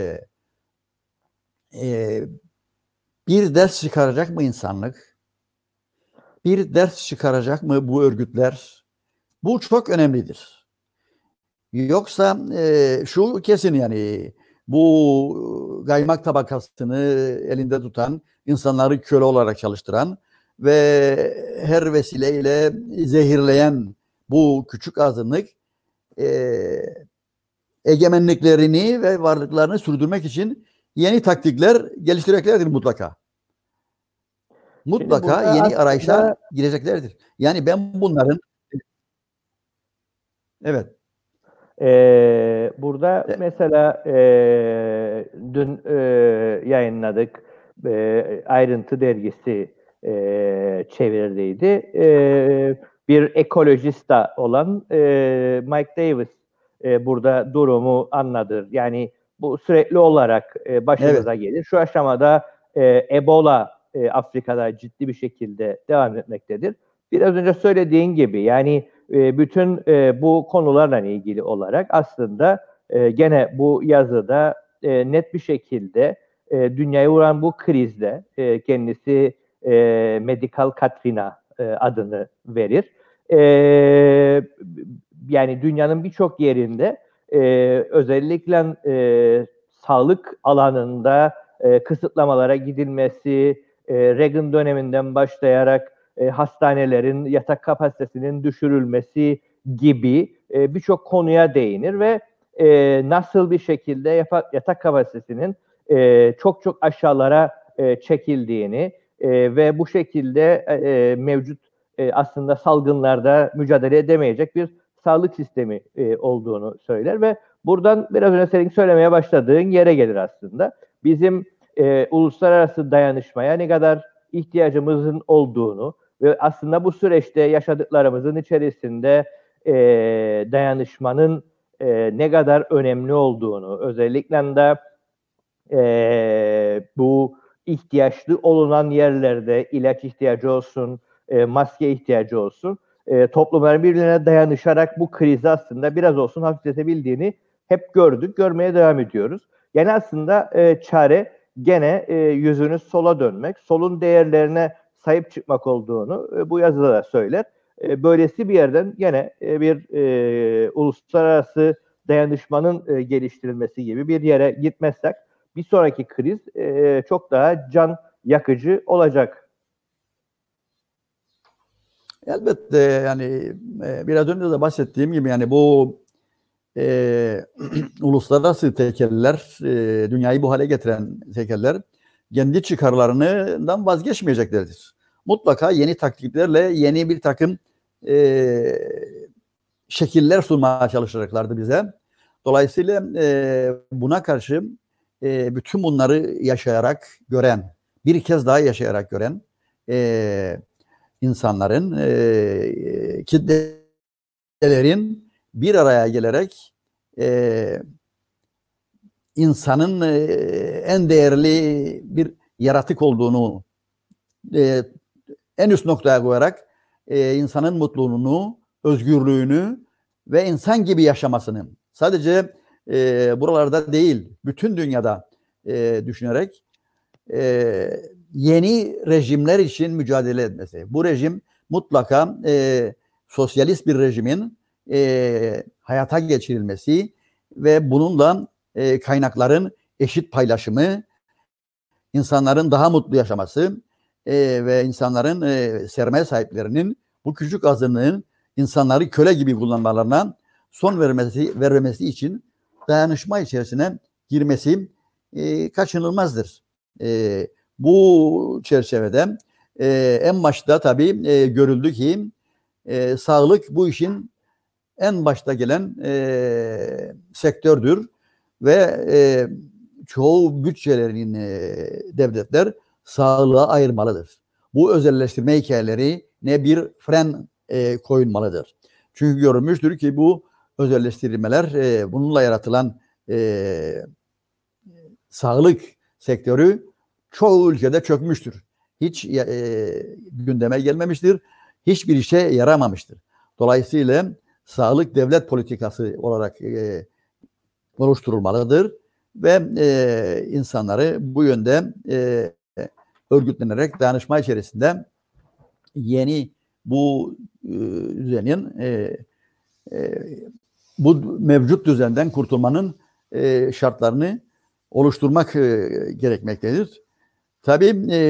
[SPEAKER 2] e, bir ders çıkaracak mı insanlık? Bir ders çıkaracak mı bu örgütler? Bu çok önemlidir. Yoksa e, şu kesin, yani bu kaymak tabakasını elinde tutan, insanları köle olarak çalıştıran ve her vesileyle zehirleyen bu küçük azınlık e, egemenliklerini ve varlıklarını sürdürmek için yeni taktikler geliştireceklerdir mutlaka. Mutlaka yeni arayışa gireceklerdir. Yani ben bunların evet.
[SPEAKER 1] Ee, burada mesela e, dün e, yayınladık, e, Ayrıntı dergisi e, çevirdiydi. E, bir ekolojista olan e, Mike Davis e, burada durumu anladır. Yani bu sürekli olarak e, başımıza
[SPEAKER 2] Evet.
[SPEAKER 1] gelir. Şu aşamada e, Ebola e, Afrika'da ciddi bir şekilde devam etmektedir. Biraz önce söylediğin gibi, yani e, bütün e, bu konularla ilgili olarak aslında e, gene bu yazıda e, net bir şekilde e, dünyayı vuran bu krizde e, kendisi e, Medical Katrina e, adını verir. E, yani dünyanın birçok yerinde e, özellikle e, sağlık alanında e, kısıtlamalara gidilmesi, e, Reagan döneminden başlayarak e, hastanelerin yatak kapasitesinin düşürülmesi gibi e, birçok konuya değinir ve e, nasıl bir şekilde yatak, yatak kapasitesinin e, çok çok aşağılara e, çekildiğini e, ve bu şekilde e, mevcut e, aslında salgınlarda mücadele edemeyecek bir sağlık sistemi e, olduğunu söyler ve buradan biraz önce senin söylemeye başladığın yere gelir aslında. Bizim e, uluslararası dayanışmaya ne kadar ihtiyacımızın olduğunu ve aslında bu süreçte yaşadıklarımızın içerisinde e, dayanışmanın e, ne kadar önemli olduğunu, özellikle de e, bu ihtiyaçlı olunan yerlerde ilaç ihtiyacı olsun, e, maske ihtiyacı olsun, e, toplumların birbirine dayanışarak bu krizi aslında biraz olsun hafifletebildiğini hep gördük, görmeye devam ediyoruz. Yani aslında e, çare gene e, yüzünü sola dönmek, solun değerlerine sahip çıkmak olduğunu e, bu yazıda da söyler. E, böylesi bir yerden gene e, bir e, uluslararası dayanışmanın e, geliştirilmesi gibi bir yere gitmezsek bir sonraki kriz e, çok daha can yakıcı olacak.
[SPEAKER 2] Elbette, yani e, biraz önce de bahsettiğim gibi, yani bu e, uluslararası tekeller, e, dünyayı bu hale getiren tekeller kendi çıkarlarından vazgeçmeyeceklerdir. Mutlaka yeni taktiklerle yeni bir takım e, şekiller sunmaya çalışacaklardı bize. Dolayısıyla e, buna karşı e, bütün bunları yaşayarak gören, bir kez daha yaşayarak gören e, insanların e, kitle kitlelerin bir araya gelerek e, insanın e, en değerli bir yaratık olduğunu e, en üst noktaya koyarak e, insanın mutluluğunu, özgürlüğünü ve insan gibi yaşamasını sadece e, buralarda değil, bütün dünyada e, düşünerek e, yeni rejimler için mücadele etmesi. Bu rejim mutlaka e, sosyalist bir rejimin e, hayata geçirilmesi ve bununla e, kaynakların eşit paylaşımı, insanların daha mutlu yaşaması e, ve insanların e, sermaye sahiplerinin bu küçük azınlığın insanları köle gibi kullanmalarına son vermesi vermesi için dayanışma içerisine girmesi e, kaçınılmazdır. E, bu çerçevede e, en başta tabii e, görüldü ki e, sağlık bu işin en başta gelen e, sektördür ve e, çoğu bütçelerin e, devletler sağlığa ayırmalıdır. Bu özelleştirme hikayeleri ne bir fren e, koyulmalıdır. Çünkü görülmüştür ki bu özelleştirmeler e, bununla yaratılan e, sağlık sektörü çoğu ülkede çökmüştür. Hiç e, gündeme gelmemiştir. Hiçbir işe yaramamıştır. Dolayısıyla sağlık devlet politikası olarak e, oluşturulmalıdır ve e, insanları bu yönde e, örgütlenerek dayanışma içerisinde yeni bu e, düzenin e, e, bu mevcut düzenden kurtulmanın e, şartlarını oluşturmak e, gerekmektedir. Tabii e,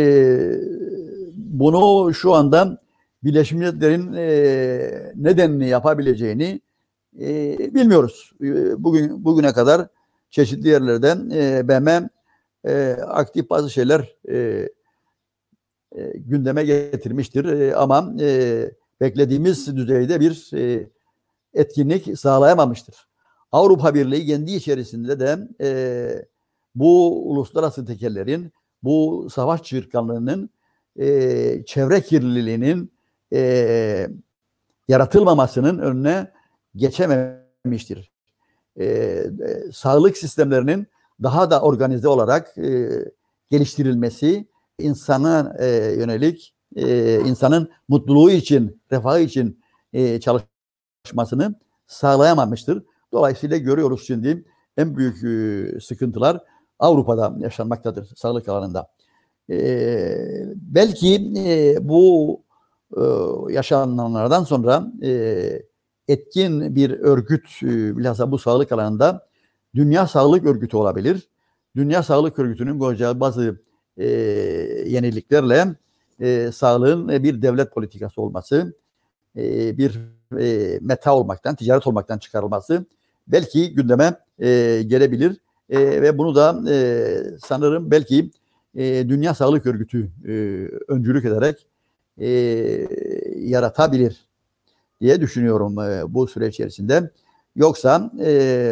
[SPEAKER 2] bunu şu anda Birleşmiş Milletler'in e, nedenini yapabileceğini e, bilmiyoruz. E, bugün bugüne kadar çeşitli yerlerden e, B M e, aktif bazı şeyler e, e, gündeme getirmiştir. E, ama e, beklediğimiz düzeyde bir e, etkinlik sağlayamamıştır. Avrupa Birliği kendi içerisinde de e, bu uluslararası tekellerin, bu savaş çığırtkanlığının, e, çevre kirliliğinin e, yaratılmamasının önüne geçememiştir. E, e, sağlık sistemlerinin daha da organize olarak e, geliştirilmesi, insana e, yönelik, e, insanın mutluluğu için, refahı için e, çalışmasını sağlayamamıştır. Dolayısıyla görüyoruz şimdi en büyük e, sıkıntılar Avrupa'da yaşanmaktadır sağlık alanında. E, belki e, bu e, yaşananlardan sonra e, etkin bir örgüt, e, bilhassa bu sağlık alanında Dünya Sağlık Örgütü olabilir. Dünya Sağlık Örgütü'nün koyacağı bazı e, yeniliklerle e, sağlığın bir devlet politikası olması, e, bir e, meta olmaktan, ticaret olmaktan çıkarılması belki gündeme e, gelebilir. E, ve bunu da e, sanırım belki e, Dünya Sağlık Örgütü e, öncülük ederek e, yaratabilir diye düşünüyorum e, bu süre içerisinde. Yoksa e,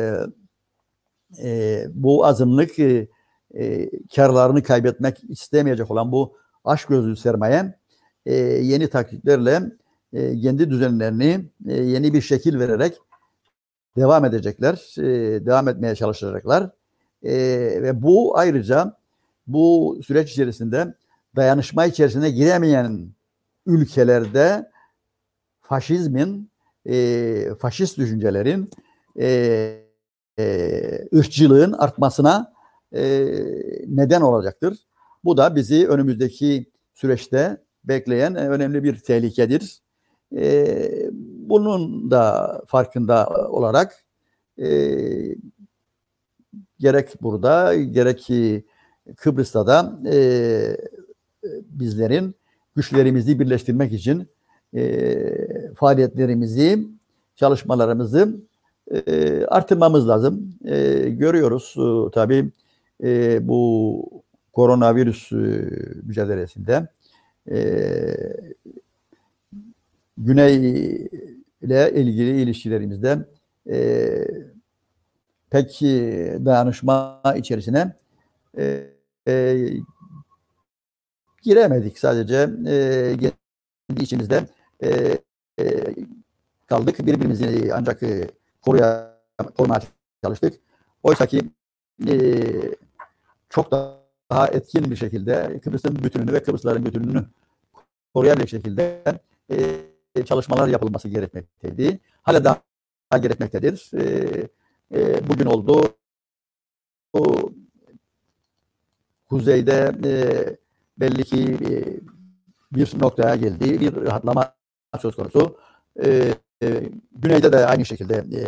[SPEAKER 2] e, bu azınlık e, e, karlarını kaybetmek istemeyecek olan bu açgözlü sermaye e, yeni taktiklerle e, kendi düzenlerini e, yeni bir şekil vererek devam edecekler, e, devam etmeye çalışacaklar. E, ve bu ayrıca bu süreç içerisinde dayanışma içerisine giremeyen ülkelerde faşizmin, e, faşist düşüncelerin, e, e, ırkçılığın artmasına e, neden olacaktır. Bu da bizi önümüzdeki süreçte bekleyen önemli bir tehlikedir. E, bunun da farkında olarak e, gerek burada gerek Kıbrıs'ta da e, bizlerin güçlerimizi birleştirmek için e, faaliyetlerimizi, çalışmalarımızı e, artırmamız lazım. E, görüyoruz e, tabii e, bu koronavirüs e, mücadelesinde e, Güney ile ilgili ilişkilerimizde e, pek dayanışma içerisine e, e, giremedik. Sadece e, kendi içimizde e, e, kaldık. Birbirimizi ancak e, koruya, korumaya çalıştık. Oysa ki e, çok daha etkin bir şekilde Kıbrıs'ın bütününü ve Kıbrıslıların bütününü koruyabilecek şekilde e, çalışmalar yapılması gerekmekteydi. Hala daha gerekmektedir. E, e, bugün oldu. O, kuzeyde e, belli ki e, bir noktaya geldi. Bir rahatlama söz konusu. E, e, güneyde de aynı şekilde e,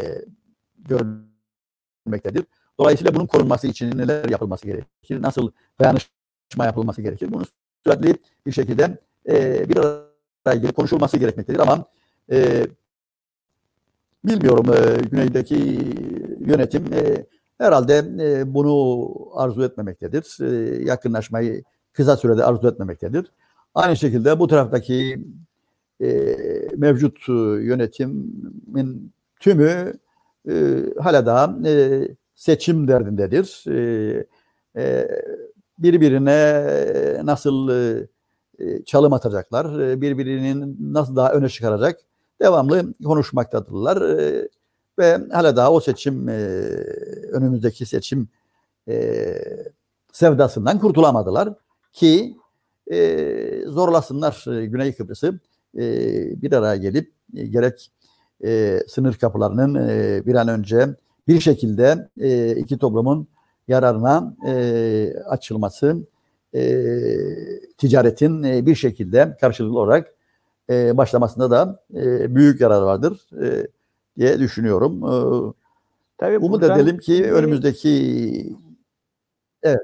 [SPEAKER 2] görülmektedir. Dolayısıyla bunun korunması için neler yapılması gerekir? Nasıl dayanışma yapılması gerekir? Bunu sürekli bir şekilde e, bir araya gelip konuşulması gerekmektedir. Ama e, bilmiyorum e, güneydeki yönetim e, herhalde e, bunu arzu etmemektedir. E, yakınlaşmayı kısa sürede arzu etmemektedir. Aynı şekilde bu taraftaki e, mevcut yönetimin tümü e, hala daha e, seçim derdindedir. E, e, birbirine nasıl e, çalım atacaklar, e, birbirinin nasıl daha öne çıkaracak devamlı konuşmaktadırlar. E, ve hala daha o seçim, e, önümüzdeki seçim e, sevdasından kurtulamadılar ki e, zorlasınlar e, Güney Kıbrıs'ı e, bir araya gelip e, gerek e, sınır kapılarının e, bir an önce bir şekilde e, iki toplumun yararına e, açılması, e, ticaretin e, bir şekilde karşılıklı olarak e, başlamasında da e, büyük yarar vardır e, diye düşünüyorum. E,
[SPEAKER 1] Tabii
[SPEAKER 2] umut
[SPEAKER 1] buradan
[SPEAKER 2] edelim ki
[SPEAKER 1] şimdi,
[SPEAKER 2] önümüzdeki evet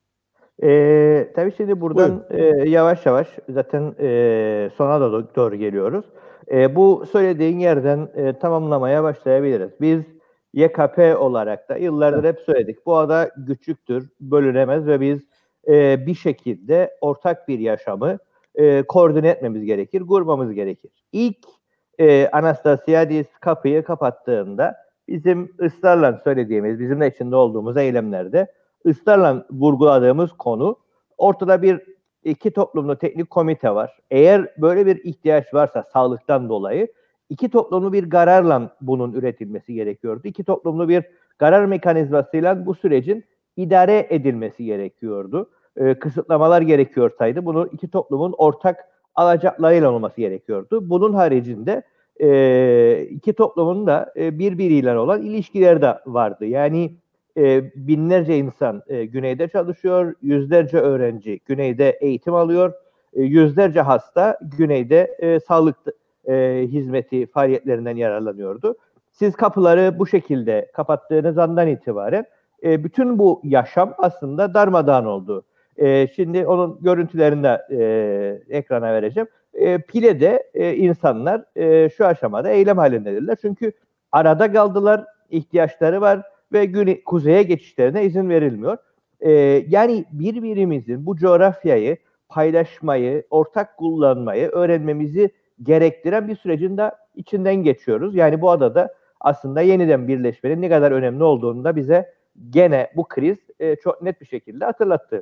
[SPEAKER 1] e, tabii şimdi
[SPEAKER 2] buyurun.
[SPEAKER 1] buradan e, yavaş yavaş zaten e, sona doğru, doğru geliyoruz. E, bu söylediğin yerden e, tamamlamaya başlayabiliriz. Biz Y K P olarak da yıllardır hep söyledik. Bu ada küçüktür, bölünemez ve biz e, bir şekilde ortak bir yaşamı e, koordine etmemiz gerekir, kurmamız gerekir. İlk e, Anastasiadis kapıyı kapattığında bizim ısrarla söylediğimiz, bizim de içinde olduğumuz eylemlerde ısrarla vurguladığımız konu, ortada bir iki toplumlu teknik komite var. Eğer böyle bir ihtiyaç varsa sağlıktan dolayı iki toplumlu bir kararla bunun üretilmesi gerekiyordu. İki toplumlu bir karar mekanizmasıyla bu sürecin idare edilmesi gerekiyordu. Ee, kısıtlamalar gerekiyorsaydı bunu iki toplumun ortak alacaklarıyla olması gerekiyordu. Bunun haricinde e, iki toplumun da e, birbiriyle olan ilişkileri de vardı. Yani e, binlerce insan e, güneyde çalışıyor, yüzlerce öğrenci güneyde eğitim alıyor, e, yüzlerce hasta güneyde e, sağlık e, hizmeti faaliyetlerinden yararlanıyordu. Siz kapıları bu şekilde kapattığınız andan itibaren e, bütün bu yaşam aslında darmadağın oldu. E, şimdi onun görüntülerini de e, ekrana vereceğim. E, Pile'de e, insanlar e, şu aşamada eylem halindedirler. Çünkü arada kaldılar, ihtiyaçları var ve güney, kuzeye geçişlerine izin verilmiyor. Ee, yani birbirimizin bu coğrafyayı paylaşmayı, ortak kullanmayı öğrenmemizi gerektiren bir sürecin de içinden geçiyoruz. Yani bu adada aslında yeniden birleşmenin ne kadar önemli olduğunu da bize gene bu kriz e, çok net bir şekilde hatırlattı.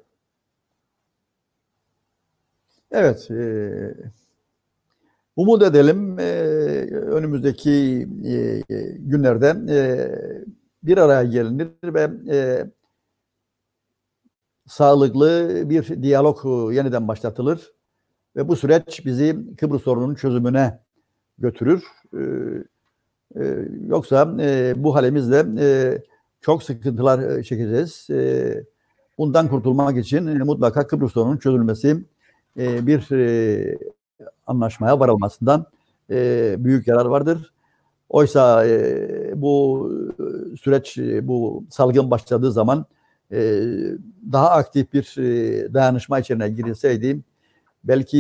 [SPEAKER 2] Evet, e, umut edelim e, önümüzdeki e, günlerde e, bir araya gelinir ve e, sağlıklı bir diyalog yeniden başlatılır ve bu süreç bizi Kıbrıs sorununun çözümüne götürür. E, e, yoksa e, bu halimizle e, çok sıkıntılar çekeceğiz. E, bundan kurtulmak için e, mutlaka Kıbrıs sorununun çözülmesi e, bir e, anlaşmaya varılmasından e, büyük yarar vardır. Oysa e, bu süreç, bu salgın başladığı zaman e, daha aktif bir e, dayanışma içine girilseydi belki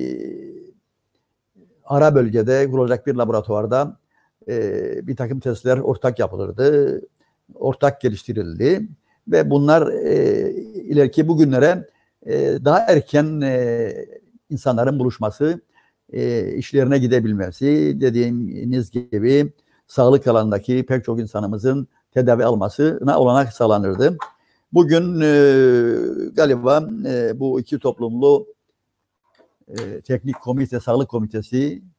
[SPEAKER 2] ara bölgede kurulacak bir laboratuvarda e, bir takım testler ortak yapılırdı, ortak geliştirildi ve bunlar e, ileriki bugünlere e, daha erken e, insanların buluşması, e, işlerine gidebilmesi, dediğiniz gibi sağlık alanındaki pek çok insanımızın tedavi almasına olanak sağlanırdı. Bugün e, galiba e, bu iki toplumlu e, teknik komite, sağlık komitesi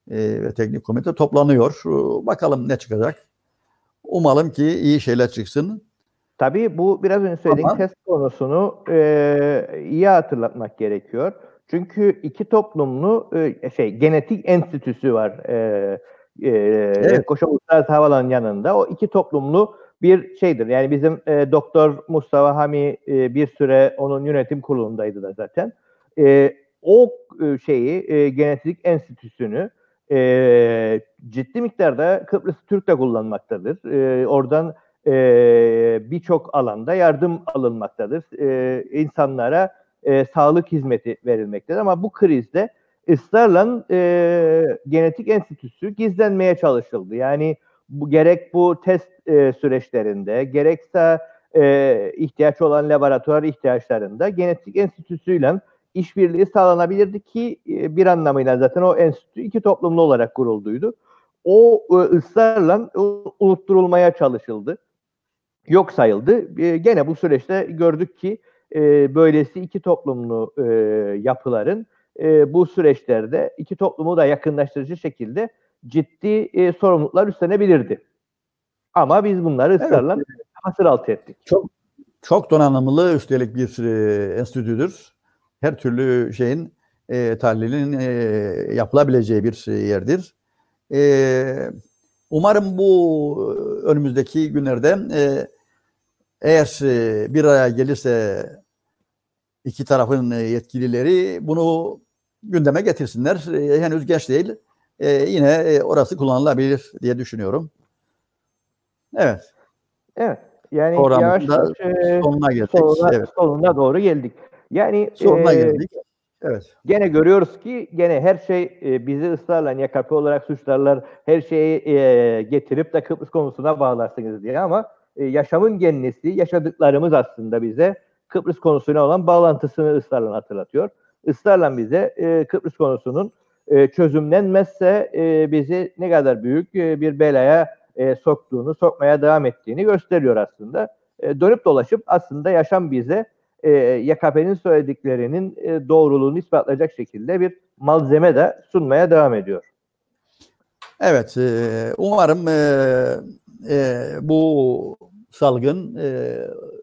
[SPEAKER 2] e, ve teknik komite toplanıyor. Bakalım ne çıkacak. Umalım ki iyi şeyler çıksın.
[SPEAKER 1] Tabii bu biraz önce söylediğin
[SPEAKER 2] Ama
[SPEAKER 1] test konusunu e, iyi hatırlatmak gerekiyor. Çünkü iki toplumlu e, şey genetik enstitüsü var. E, e,
[SPEAKER 2] evet,
[SPEAKER 1] Lefkoşa Uluslararası Havaalanı yanında. O iki toplumlu bir şeydir. Yani bizim e, Doktor Mustafa Hami e, bir süre onun yönetim kurulundaydı da zaten. E, o e, şeyi e, genetik enstitüsünü e, ciddi miktarda Kıbrıs Türk de kullanmaktadır. E, oradan e, birçok alanda yardım alınmaktadır. E, insanlara e, sağlık hizmeti verilmektedir. Ama bu krizde ısrarla e, genetik enstitüsü gizlenmeye çalışıldı. Yani bu gerek bu test e, süreçlerinde gerekse e, ihtiyaç olan laboratuvar ihtiyaçlarında genetik enstitüsüyle işbirliği sağlanabilirdi ki e, bir anlamıyla zaten o enstitü iki toplumlu olarak kurulduydu. O e, ısrarla e, unutturulmaya çalışıldı. Yok sayıldı. E, gene bu süreçte gördük ki e, böylesi iki toplumlu e, yapıların e, bu süreçlerde iki toplumu da yakınlaştırıcı şekilde ciddi e, sorumluluklar üstlenebilirdi. Ama biz bunları
[SPEAKER 2] evet.
[SPEAKER 1] ısrarla hasır altı ettik.
[SPEAKER 2] Çok çok donanımlı üstelik bir e, enstitüdür. Her türlü şeyin e, tahlilin e, yapılabileceği bir yerdir. E, umarım bu önümüzdeki günlerde e, eğer e, bir araya gelirse iki tarafın yetkilileri bunu gündeme getirsinler. E, henüz geç değil. E, yine e, orası kullanılabilir diye düşünüyorum. Evet.
[SPEAKER 1] Evet. Yani yavaş
[SPEAKER 2] Programımızın da
[SPEAKER 1] yavaş e,
[SPEAKER 2] sonuna geldik.
[SPEAKER 1] sonuna,
[SPEAKER 2] Evet.
[SPEAKER 1] sonuna doğru geldik. Yani
[SPEAKER 2] Sonuna
[SPEAKER 1] e,
[SPEAKER 2] geldik. Evet.
[SPEAKER 1] gene görüyoruz ki gene her şey e, bizi ısrarla Y K P olarak suçlarlar. Her şeyi e, getirip de Kıbrıs konusuna bağlarsınız diye ama e, yaşamın genlisi, yaşadıklarımız aslında bize Kıbrıs konusuna olan bağlantısını ısrarla hatırlatıyor. Israrla bize e, Kıbrıs konusunun e, çözümlenmezse e, bizi ne kadar büyük e, bir belaya e, soktuğunu, sokmaya devam ettiğini gösteriyor aslında. E, dönüp dolaşıp aslında yaşam bize e, Y K P'nin söylediklerinin e, doğruluğunu ispatlayacak şekilde bir malzeme de sunmaya devam ediyor.
[SPEAKER 2] Evet. E, umarım e, e, bu salgın e,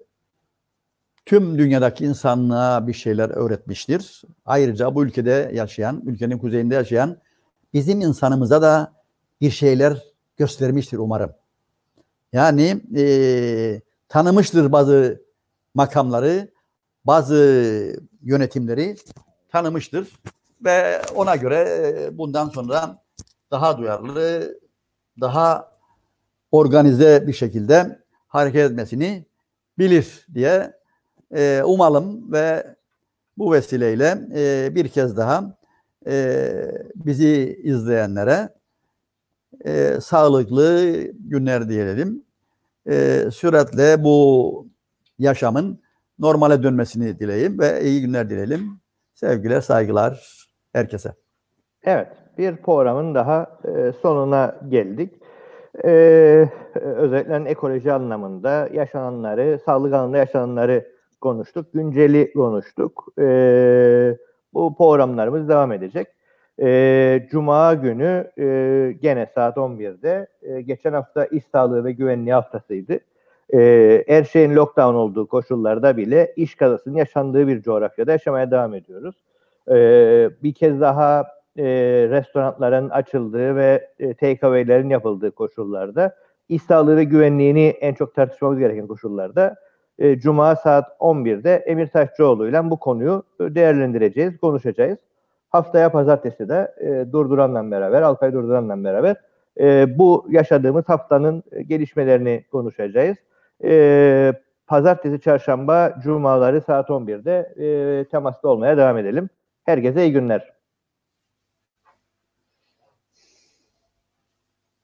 [SPEAKER 2] tüm dünyadaki insanlığa bir şeyler öğretmiştir. Ayrıca bu ülkede yaşayan, ülkenin kuzeyinde yaşayan bizim insanımıza da bir şeyler göstermiştir umarım. Yani e, tanımıştır bazı makamları, bazı yönetimleri tanımıştır ve ona göre bundan sonra daha duyarlı, daha organize bir şekilde hareket etmesini bilir diye e, umalım ve bu vesileyle e, bir kez daha e, bizi izleyenlere e, sağlıklı günler diyelim. E, süratle bu yaşamın normale dönmesini dileyim ve iyi günler dileyelim. Sevgiler, saygılar herkese.
[SPEAKER 1] Evet, bir programın daha e, sonuna geldik. E, özellikle ekoloji anlamında yaşananları, sağlık alanında yaşananları konuştuk, günceli konuştuk. E, bu programlarımız devam edecek. E, Cuma günü e, gene saat on birde, e, geçen hafta İş Sağlığı ve Güvenliği haftasıydı. E, her şeyin lockdown olduğu koşullarda bile iş kazasının yaşandığı bir coğrafyada yaşamaya devam ediyoruz. E, bir kez daha e, restoranların açıldığı ve e, take-away'lerin yapıldığı koşullarda, iş sağlığı ve güvenliğini en çok tartışmamız gereken koşullarda e, Cuma saat on birde Emir Taşçıoğlu ile bu konuyu değerlendireceğiz, konuşacağız. Haftaya pazartesi de e, Durduran'la beraber, Alpay Durduran'la beraber e, bu yaşadığımız haftanın gelişmelerini konuşacağız. E, Pazartesi, çarşamba, cumaları saat on birde e, temasta olmaya devam edelim. Herkese iyi günler.